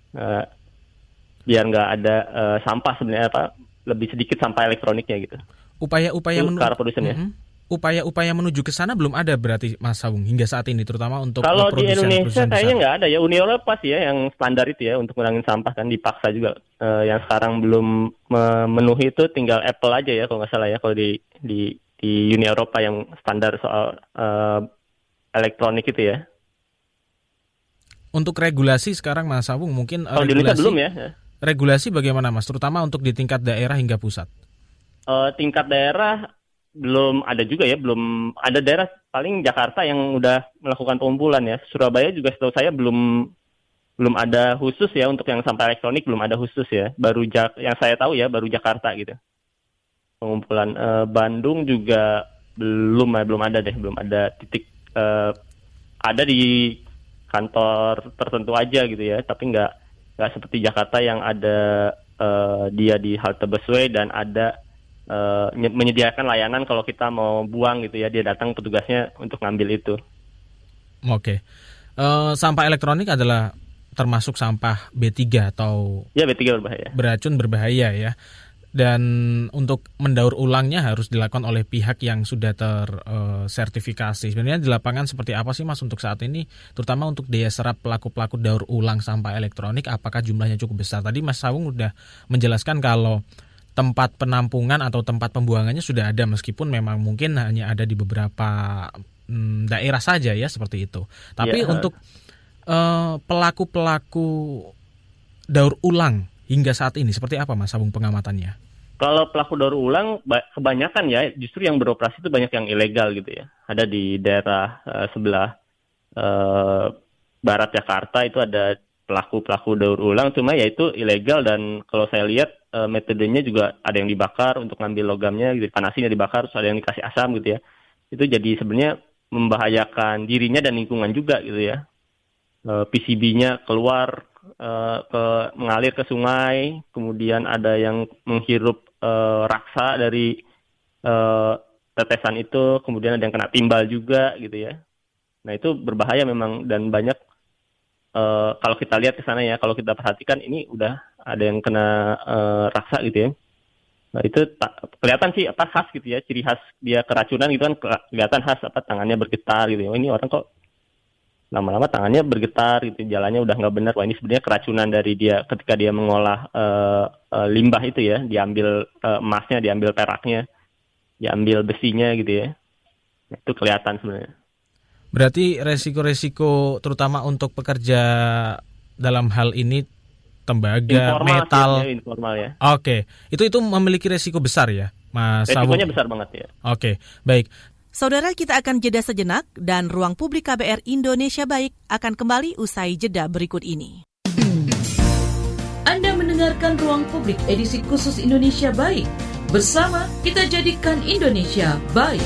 Biar nggak ada sampah sebenarnya, lebih sedikit sampah elektroniknya gitu. Upaya-upaya upaya menuju ke sana belum ada berarti, Mas Sawung, hingga saat ini, terutama untuk kalau di Indonesia kayaknya nggak ada ya. Uni Eropa sih ya yang standar itu ya untuk ngurangin sampah, kan dipaksa juga. Yang sekarang belum memenuhi itu tinggal Apple aja ya kalau nggak salah ya, kalau di Uni Eropa yang standar soal elektronik itu ya. Untuk regulasi sekarang, Mas Sawung, mungkin kalau di Indonesia belum ya. Regulasi bagaimana, Mas, terutama untuk di tingkat daerah hingga pusat? Tingkat daerah belum ada juga ya, belum ada daerah, paling Jakarta yang udah melakukan pengumpulan ya. Surabaya juga setahu saya belum ada khusus ya untuk yang sampah elektronik, belum ada khusus ya. Baru yang saya tahu ya baru Jakarta gitu. Pengumpulan Bandung juga belum ada deh, belum ada titik, ada di kantor tertentu aja gitu ya, tapi nggak seperti Jakarta yang ada dia di halte busway dan ada menyediakan layanan kalau kita mau buang gitu ya, dia datang petugasnya untuk ngambil itu. Oke. Sampah elektronik adalah termasuk sampah B3 atau Ya, B3 berbahaya. beracun berbahaya ya. Dan untuk mendaur ulangnya harus dilakukan oleh pihak yang sudah tersertifikasi. Sebenarnya di lapangan seperti apa sih Mas untuk saat ini, terutama untuk daya serap pelaku-pelaku daur ulang sampah elektronik, apakah jumlahnya cukup besar? Tadi Mas Sawung udah menjelaskan kalau tempat penampungan atau tempat pembuangannya sudah ada, meskipun memang mungkin hanya ada di beberapa daerah saja ya seperti itu. Tapi untuk pelaku-pelaku daur ulang hingga saat ini seperti apa Mas Sawung pengamatannya? Kalau pelaku daur ulang kebanyakan ya justru yang beroperasi itu banyak yang ilegal gitu ya. Ada di daerah sebelah barat Jakarta itu ada pelaku daur ulang, cuma ya itu ilegal, dan kalau saya lihat metodenya juga ada yang dibakar untuk ngambil logamnya gitu, panasin dibakar, terus ada yang dikasih asam gitu ya. Itu jadi sebenarnya membahayakan dirinya dan lingkungan juga gitu ya. PCB-nya keluar mengalir ke sungai, kemudian ada yang menghirup raksa dari tetesan itu, kemudian ada yang kena timbal juga gitu ya. Nah itu berbahaya memang, dan banyak kalau kita lihat ke sana ya, kalau kita perhatikan ini udah ada yang kena raksa gitu ya. Nah itu kelihatan sih khas gitu ya, ciri khas dia keracunan gitu kan, kelihatan khas tangannya bergetar gitu ya. Ini orang kok lama-lama tangannya bergetar gitu, jalannya udah nggak benar. Wah ini sebenarnya keracunan dari dia ketika dia mengolah limbah itu ya, diambil emasnya, diambil peraknya, diambil besinya gitu ya. Nah, itu kelihatan sebenarnya. Berarti resiko-resiko terutama untuk pekerja dalam hal ini tembaga, informal metal, sih, informal ya. Oke, itu memiliki resiko besar ya, Mas Sawung? Resikonya besar banget ya. Oke, baik. Saudara, kita akan jeda sejenak dan Ruang Publik KBR Indonesia Baik akan kembali usai jeda berikut ini. Anda mendengarkan Ruang Publik edisi khusus Indonesia Baik. Bersama kita jadikan Indonesia baik.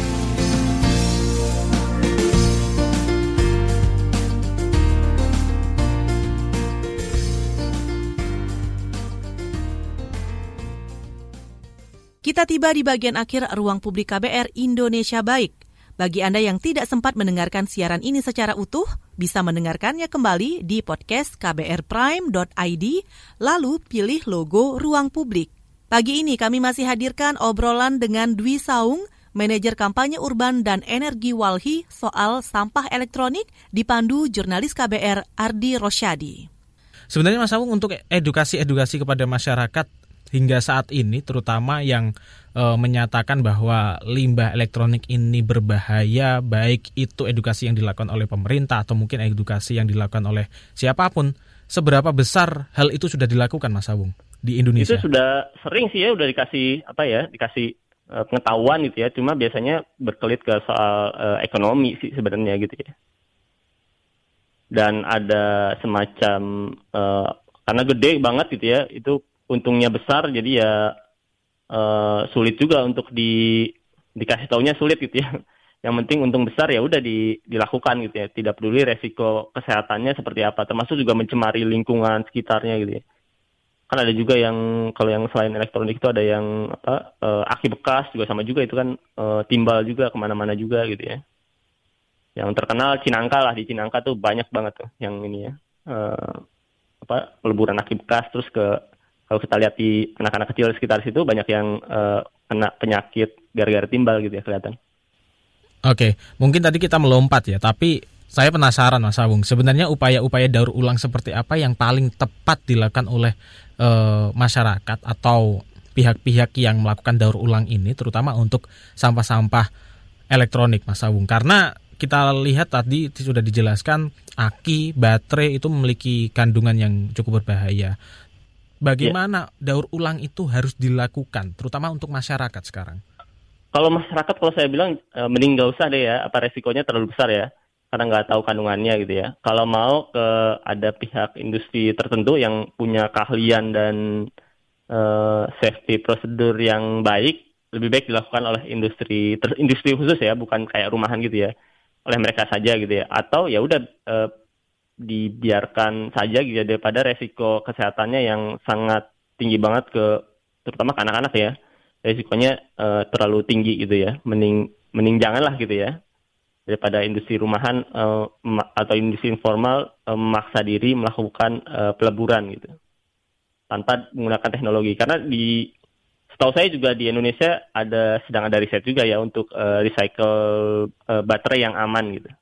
Kita tiba di bagian akhir Ruang Publik KBR Indonesia Baik. Bagi Anda yang tidak sempat mendengarkan siaran ini secara utuh, bisa mendengarkannya kembali di podcast kbrprime.id, lalu pilih logo Ruang Publik. Pagi ini kami masih hadirkan obrolan dengan Dwi Saung, Manajer Kampanye Urban dan Energi Walhi soal sampah elektronik, dipandu jurnalis KBR Ardi Rosyadi. Sebenarnya Mas Sawung, untuk edukasi kepada masyarakat hingga saat ini, terutama yang menyatakan bahwa limbah elektronik ini berbahaya, baik itu edukasi yang dilakukan oleh pemerintah atau mungkin edukasi yang dilakukan oleh siapapun, seberapa besar hal itu sudah dilakukan Mas Sawung di Indonesia? Itu sudah sering sih ya, udah dikasih pengetahuan gitu ya, cuma biasanya berkelit ke soal ekonomi sih sebenarnya gitu ya. Dan ada semacam karena gede banget gitu ya, itu untungnya besar, jadi ya sulit juga untuk dikasih taunya, sulit gitu ya. Yang penting untung besar ya udah dilakukan gitu ya, tidak peduli resiko kesehatannya seperti apa, termasuk juga mencemari lingkungan sekitarnya gitu ya. Kan ada juga yang kalau yang selain elektronik itu ada yang aki bekas juga sama juga, itu kan timbal juga kemana-mana juga gitu ya. Yang terkenal Cinangka lah, di Cinangka tuh banyak banget tuh yang ini ya, peleburan aki bekas. Terus kalau kita lihat di anak-anak kecil di sekitar situ banyak yang kena penyakit gara-gara timbal gitu ya, kelihatan. Oke, mungkin tadi kita melompat ya, tapi saya penasaran Mas Sawung, sebenarnya upaya-upaya daur ulang seperti apa yang paling tepat dilakukan oleh masyarakat atau pihak-pihak yang melakukan daur ulang ini, terutama untuk sampah-sampah elektronik Mas Sawung? Karena kita lihat tadi sudah dijelaskan aki, baterai itu memiliki kandungan yang cukup berbahaya. Bagaimana daur ulang itu harus dilakukan, terutama untuk masyarakat sekarang? Kalau masyarakat, kalau saya bilang mending nggak usah deh ya, resikonya terlalu besar ya, karena nggak tahu kandungannya gitu ya. Kalau mau ada pihak industri tertentu yang punya keahlian dan safety prosedur yang baik, lebih baik dilakukan oleh industri khusus ya, bukan kayak rumahan gitu ya, oleh mereka saja gitu ya. Atau ya udah dibiarkan saja gitu ya, daripada resiko kesehatannya yang sangat tinggi banget terutama ke anak-anak ya, resikonya terlalu tinggi gitu ya, mending janganlah gitu ya. daripada industri rumahan atau industri informal memaksa diri melakukan peleburan gitu tanpa menggunakan teknologi. Karena setahu saya juga di Indonesia sedang ada riset juga ya untuk recycle baterai yang aman gitu.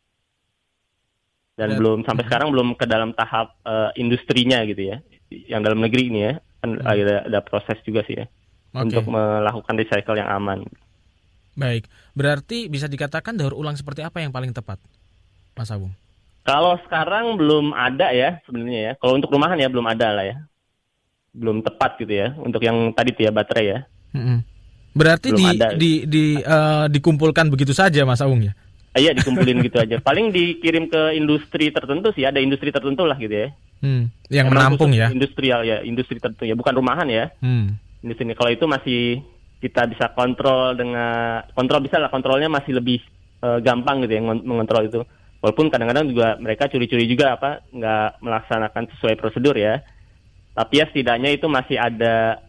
Dan sampai sekarang belum ke dalam tahap industrinya gitu ya. Yang dalam negeri ini ya, kan ada proses juga sih ya untuk melakukan recycle yang aman. Baik, berarti bisa dikatakan daur ulang seperti apa yang paling tepat, Mas Agung? Kalau sekarang belum ada ya sebenarnya ya. Kalau untuk rumahan ya belum ada lah ya. Belum tepat gitu ya untuk yang tadi tuh ya baterai ya. Berarti dikumpulkan begitu saja, Mas Agung ya? Iya, dikumpulin gitu aja. Paling dikirim ke industri tertentu sih, ada industri tertentu lah gitu ya. Yang menampung ya? Industrial ya, industri tertentu ya, bukan rumahan ya. Industri ini kalau itu masih kita bisa kontrolnya masih lebih gampang gitu ya mengontrol itu. Walaupun kadang-kadang juga mereka curi-curi juga nggak melaksanakan sesuai prosedur ya. Tapi ya setidaknya itu masih ada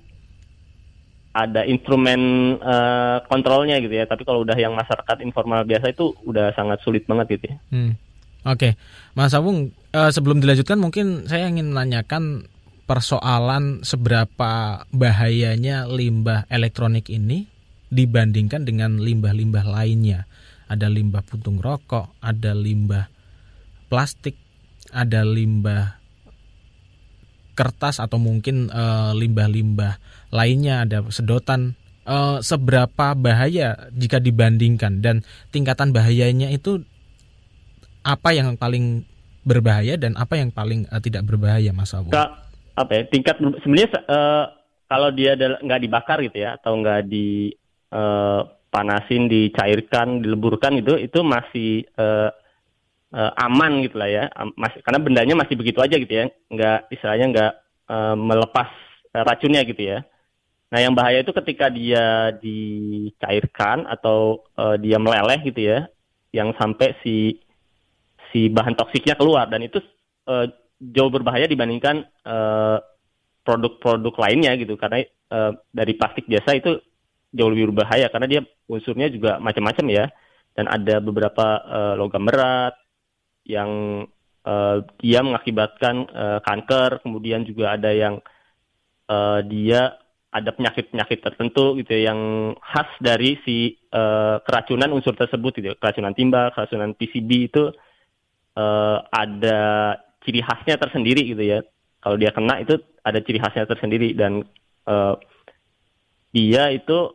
instrumen kontrolnya gitu ya. Tapi kalau udah yang masyarakat informal biasa itu udah sangat sulit banget gitu ya. Oke. Mas Agung, sebelum dilanjutkan mungkin saya ingin menanyakan persoalan seberapa bahayanya limbah elektronik ini dibandingkan dengan limbah-limbah lainnya. Ada limbah puntung rokok, ada limbah plastik, ada limbah kertas atau mungkin limbah-limbah lainnya, ada sedotan. Seberapa bahaya jika dibandingkan, dan tingkatan bahayanya itu apa yang paling berbahaya dan apa yang paling tidak berbahaya, Mas Agung? Tingkat sebenarnya kalau dia nggak dibakar gitu ya, atau nggak dipanasin, dicairkan, dileburkan itu masih aman gitu lah ya, karena bendanya masih begitu aja gitu ya, nggak melepas racunnya gitu ya. Nah yang bahaya itu ketika dia dicairkan atau dia meleleh gitu ya, yang sampai si bahan toksiknya keluar, dan itu jauh berbahaya dibandingkan produk-produk lainnya gitu, karena dari plastik biasa itu jauh lebih berbahaya karena dia unsurnya juga macam-macam ya, dan ada beberapa logam berat yang dia mengakibatkan kanker, kemudian juga ada yang dia ada penyakit-penyakit tertentu gitu ya, yang khas dari si keracunan unsur tersebut gitu, keracunan timbal, keracunan PCB itu ada ciri khasnya tersendiri gitu ya. Kalau dia kena itu ada ciri khasnya tersendiri, dan dia itu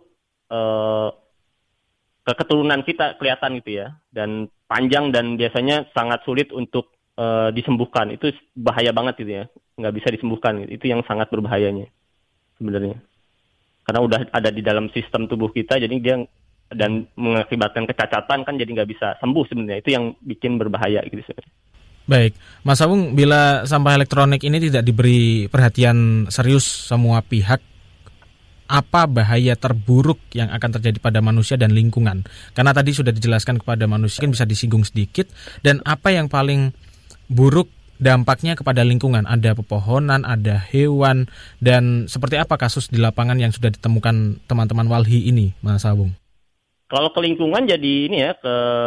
ke keturunan kita kelihatan gitu ya, dan panjang dan biasanya sangat sulit untuk disembuhkan. Itu bahaya banget gitu ya, nggak bisa disembuhkan gitu. Itu yang sangat berbahayanya sebenarnya, karena udah ada di dalam sistem tubuh kita, jadi dia dan mengakibatkan kecacatan kan, jadi nggak bisa sembuh sebenarnya. Itu yang bikin berbahaya gitu sebenarnya. Baik, Mas Agung, bila sampah elektronik ini tidak diberi perhatian serius semua pihak, apa bahaya terburuk yang akan terjadi pada manusia dan lingkungan? Karena tadi sudah dijelaskan kepada manusia, mungkin bisa disinggung sedikit. Dan apa yang paling buruk dampaknya kepada lingkungan? Ada pepohonan, ada hewan, dan seperti apa kasus di lapangan yang sudah ditemukan teman-teman Walhi ini, Mas Agung? Kalau ke lingkungan jadi ini ya,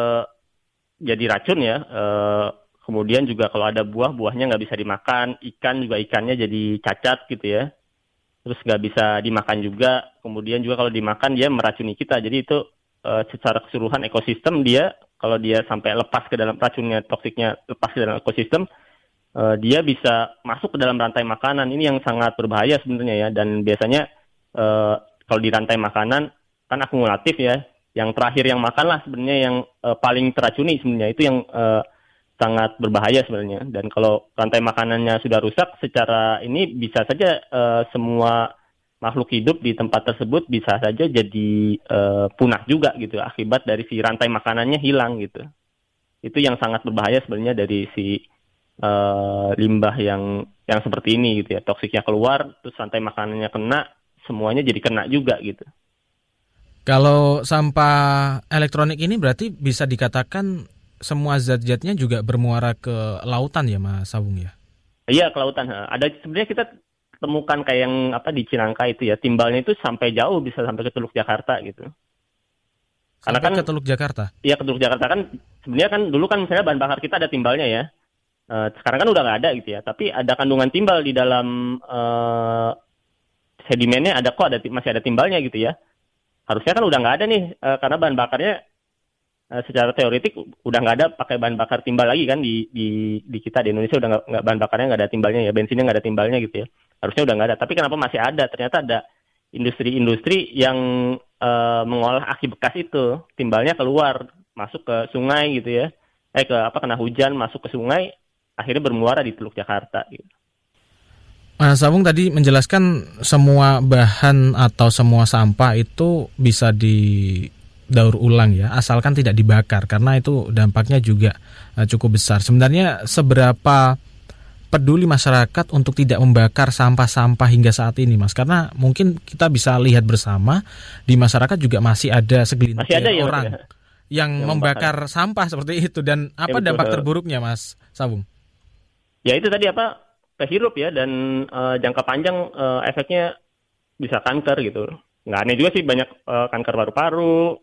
jadi racun ya. Kemudian juga kalau ada buahnya nggak bisa dimakan, ikannya jadi cacat gitu ya. Terus nggak bisa dimakan juga. Kemudian juga kalau dimakan dia meracuni kita. Jadi itu secara keseluruhan ekosistem dia, kalau dia sampai lepas ke dalam racunnya, toksiknya lepas ke dalam ekosistem, dia bisa masuk ke dalam rantai makanan. Ini yang sangat berbahaya sebenarnya ya. Dan biasanya kalau di rantai makanan kan akumulatif ya. Yang terakhir yang makan lah sebenarnya yang paling teracuni sebenarnya. Itu yang sangat berbahaya sebenarnya. Dan kalau rantai makanannya sudah rusak, secara ini bisa saja semua makhluk hidup di tempat tersebut bisa saja jadi punah juga gitu, akibat dari si rantai makanannya hilang gitu. Itu yang sangat berbahaya sebenarnya dari si limbah yang seperti ini gitu ya. Toksiknya keluar, terus rantai makanannya kena, semuanya jadi kena juga gitu. Kalau sampah elektronik ini berarti bisa dikatakan semua zat-zatnya juga bermuara ke lautan ya, Mas Agung ya? Iya, ke lautan. Ada sebenarnya kita temukan kayak yang di Cinangka itu ya, timbalnya itu sampai jauh, bisa sampai ke Teluk Jakarta gitu. Karena sampai kan ke Teluk Jakarta. Iya, ke Teluk Jakarta kan sebenarnya kan dulu kan misalnya bahan bakar kita ada timbalnya ya. Sekarang kan udah nggak ada gitu ya. Tapi ada kandungan timbal di dalam sedimennya, masih ada timbalnya gitu ya. Harusnya kan udah nggak ada nih karena bahan bakarnya secara teoretik udah nggak ada pakai bahan bakar timbal lagi kan di kita di Indonesia udah nggak bahan bakarnya nggak ada timbalnya ya, bensinnya nggak ada timbalnya gitu ya. Harusnya udah nggak ada. Tapi kenapa masih ada? Ternyata ada industri-industri yang mengolah aki bekas itu, timbalnya keluar masuk ke sungai gitu ya. Kena hujan masuk ke sungai, akhirnya bermuara di Teluk Jakarta gitu. Mas Sawung tadi menjelaskan semua bahan atau semua sampah itu bisa didaur ulang ya, asalkan tidak dibakar karena itu dampaknya juga cukup besar. Sebenarnya seberapa peduli masyarakat untuk tidak membakar sampah-sampah hingga saat ini, Mas? Karena mungkin kita bisa lihat bersama di masyarakat juga masih ada segelintir orang yang membakar sampah seperti itu. Dan apa dampak terburuknya, Mas Sawung? Ya itu tadi kehirup ya, dan jangka panjang efeknya bisa kanker gitu. Nggak aneh juga sih banyak kanker paru-paru,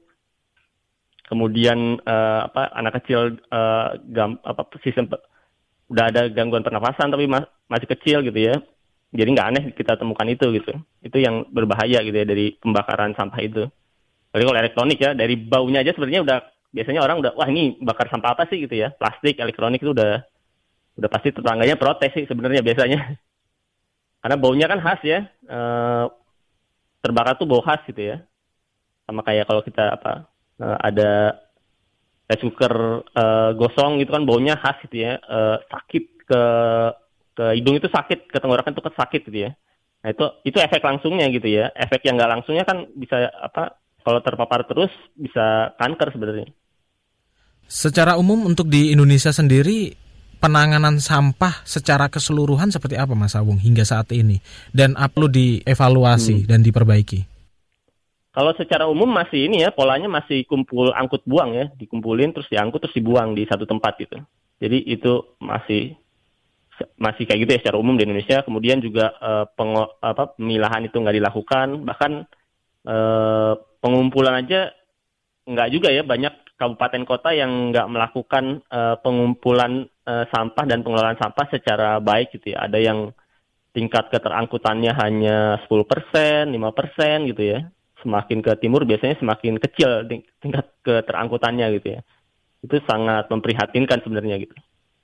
kemudian anak kecil sistem udah ada gangguan pernafasan tapi masih kecil gitu ya. Jadi nggak aneh kita temukan itu gitu. Itu yang berbahaya gitu ya dari pembakaran sampah itu. Jadi kalau elektronik ya, dari baunya aja sebenarnya biasanya orang udah, wah ini bakar sampah apa sih gitu ya. Plastik, elektronik itu udah pasti tetangganya protes sih sebenarnya biasanya. Karena baunya kan khas ya. Terbakar tuh bau khas gitu ya. Sama kayak kalau kita ada rice cooker gosong gitu kan baunya khas gitu ya. Sakit ke hidung itu sakit, ke tenggorokan itu sakit gitu ya. Nah itu efek langsungnya gitu ya. Efek yang nggak langsungnya kan bisa kalau terpapar terus bisa kanker sebenarnya. Secara umum untuk di Indonesia sendiri, penanganan sampah secara keseluruhan seperti apa, Mas Sawung, hingga saat ini? Dan perlu dievaluasi dan diperbaiki? Kalau secara umum masih ini ya, polanya masih angkut buang ya. Dikumpulin, terus diangkut, terus dibuang di satu tempat gitu. Jadi itu masih kayak gitu ya secara umum di Indonesia. Kemudian juga pemilahan itu nggak dilakukan. Bahkan pengumpulan aja nggak juga ya. Banyak kabupaten kota yang nggak melakukan pengumpulan sampah dan pengelolaan sampah secara baik gitu ya. Ada yang tingkat keterangkutannya hanya 10%, 5% gitu ya. Semakin ke timur biasanya semakin kecil tingkat keterangkutannya gitu ya. Itu sangat memprihatinkan sebenarnya gitu.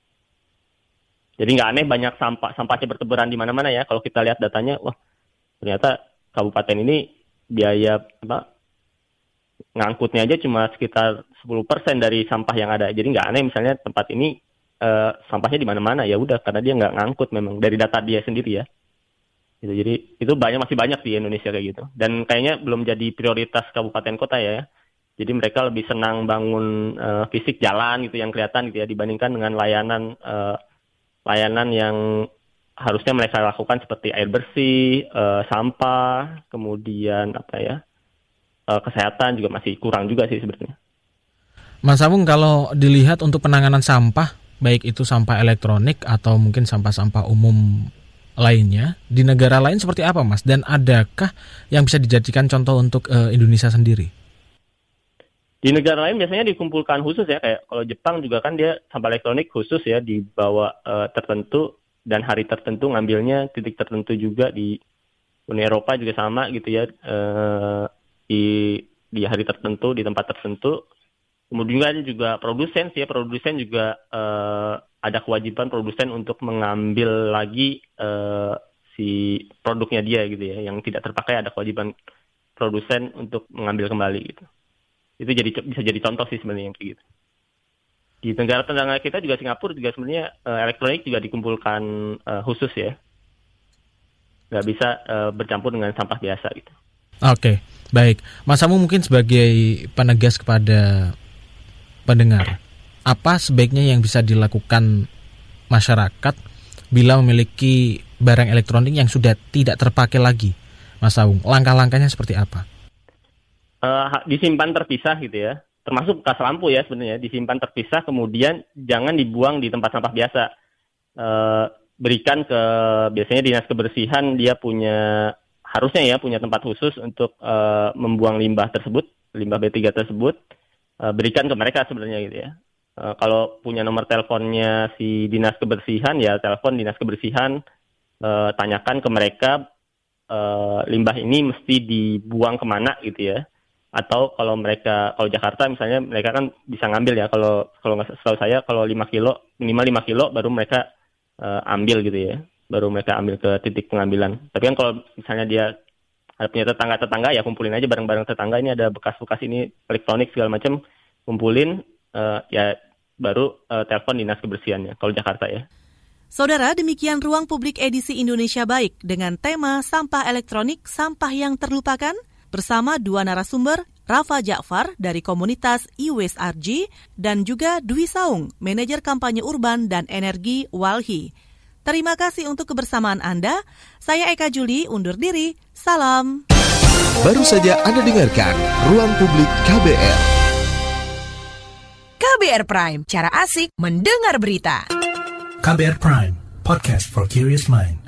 Jadi nggak aneh banyak sampahnya bertebaran di mana-mana ya. Kalau kita lihat datanya, wah ternyata kabupaten ini biaya ngangkutnya aja cuma sekitar 10% dari sampah yang ada. Jadi nggak aneh misalnya tempat ini sampahnya di mana-mana, ya udah karena dia nggak ngangkut memang dari data dia sendiri ya. Gitu. Jadi itu masih banyak di Indonesia kayak gitu. Dan kayaknya belum jadi prioritas kabupaten kota ya. Jadi mereka lebih senang bangun fisik jalan gitu yang kelihatan gitu ya dibandingkan dengan layanan yang harusnya mereka lakukan seperti air bersih, sampah, kemudian kesehatan juga masih kurang juga sih sebenarnya. Mas Sawung, kalau dilihat untuk penanganan sampah, baik itu sampah elektronik atau mungkin sampah-sampah umum lainnya, di negara lain seperti apa, Mas? Dan adakah yang bisa dijadikan contoh untuk Indonesia sendiri? Di negara lain biasanya dikumpulkan khusus ya, kayak kalau Jepang juga kan dia sampah elektronik khusus ya, dibawa tertentu dan hari tertentu ngambilnya, titik tertentu juga. Di Uni Eropa juga sama gitu ya, di hari tertentu, di tempat tertentu. Kemudian juga produsen juga ada kewajiban produsen untuk mengambil lagi si produknya dia gitu ya, yang tidak terpakai ada kewajiban produsen untuk mengambil kembali gitu. Itu bisa jadi contoh sih sebenarnya yang kayak gitu. Di negara tetangga kita juga Singapura juga sebenarnya elektronik juga dikumpulkan khusus ya, nggak bisa bercampur dengan sampah biasa gitu. Oke, baik. Mas Samu mungkin sebagai penegas kepada pendengar, apa sebaiknya yang bisa dilakukan masyarakat bila memiliki barang elektronik yang sudah tidak terpakai lagi, Mas Sawung? Langkah-langkahnya seperti apa? Disimpan terpisah gitu ya, termasuk bekas lampu ya sebenarnya, disimpan terpisah, kemudian jangan dibuang di tempat sampah biasa. Berikan ke biasanya dinas kebersihan, dia harusnya punya tempat khusus untuk membuang limbah tersebut. limbah B3 tersebut, berikan ke mereka sebenarnya gitu ya. Kalau punya nomor teleponnya si dinas kebersihan, ya telepon dinas kebersihan, tanyakan ke mereka limbah ini mesti dibuang kemana gitu ya. Atau kalau Jakarta misalnya, mereka kan bisa ngambil ya, kalau nggak, setahu saya kalau 5 kilo, minimal 5 kilo baru mereka ambil gitu ya, baru mereka ambil ke titik pengambilan. Tapi kan kalau misalnya dia punya tetangga, ya kumpulin aja bareng-bareng tetangga, ini ada bekas-bekas ini elektronik segala macam, kumpulin, ya baru telepon dinas kebersihannya kalau Jakarta ya. Saudara, demikian Ruang Publik edisi Indonesia Baik dengan tema Sampah Elektronik, Sampah yang Terlupakan bersama dua narasumber, Rafa Ja'far dari komunitas e-Waste RG dan juga Dwi Saung, manajer kampanye urban dan energi Walhi. Terima kasih untuk kebersamaan Anda. Saya Eka Juli undur diri. Salam. Baru saja Anda dengarkan Ruang Publik KBR. KBR Prime, cara asik mendengar berita. KBR Prime, podcast for curious mind.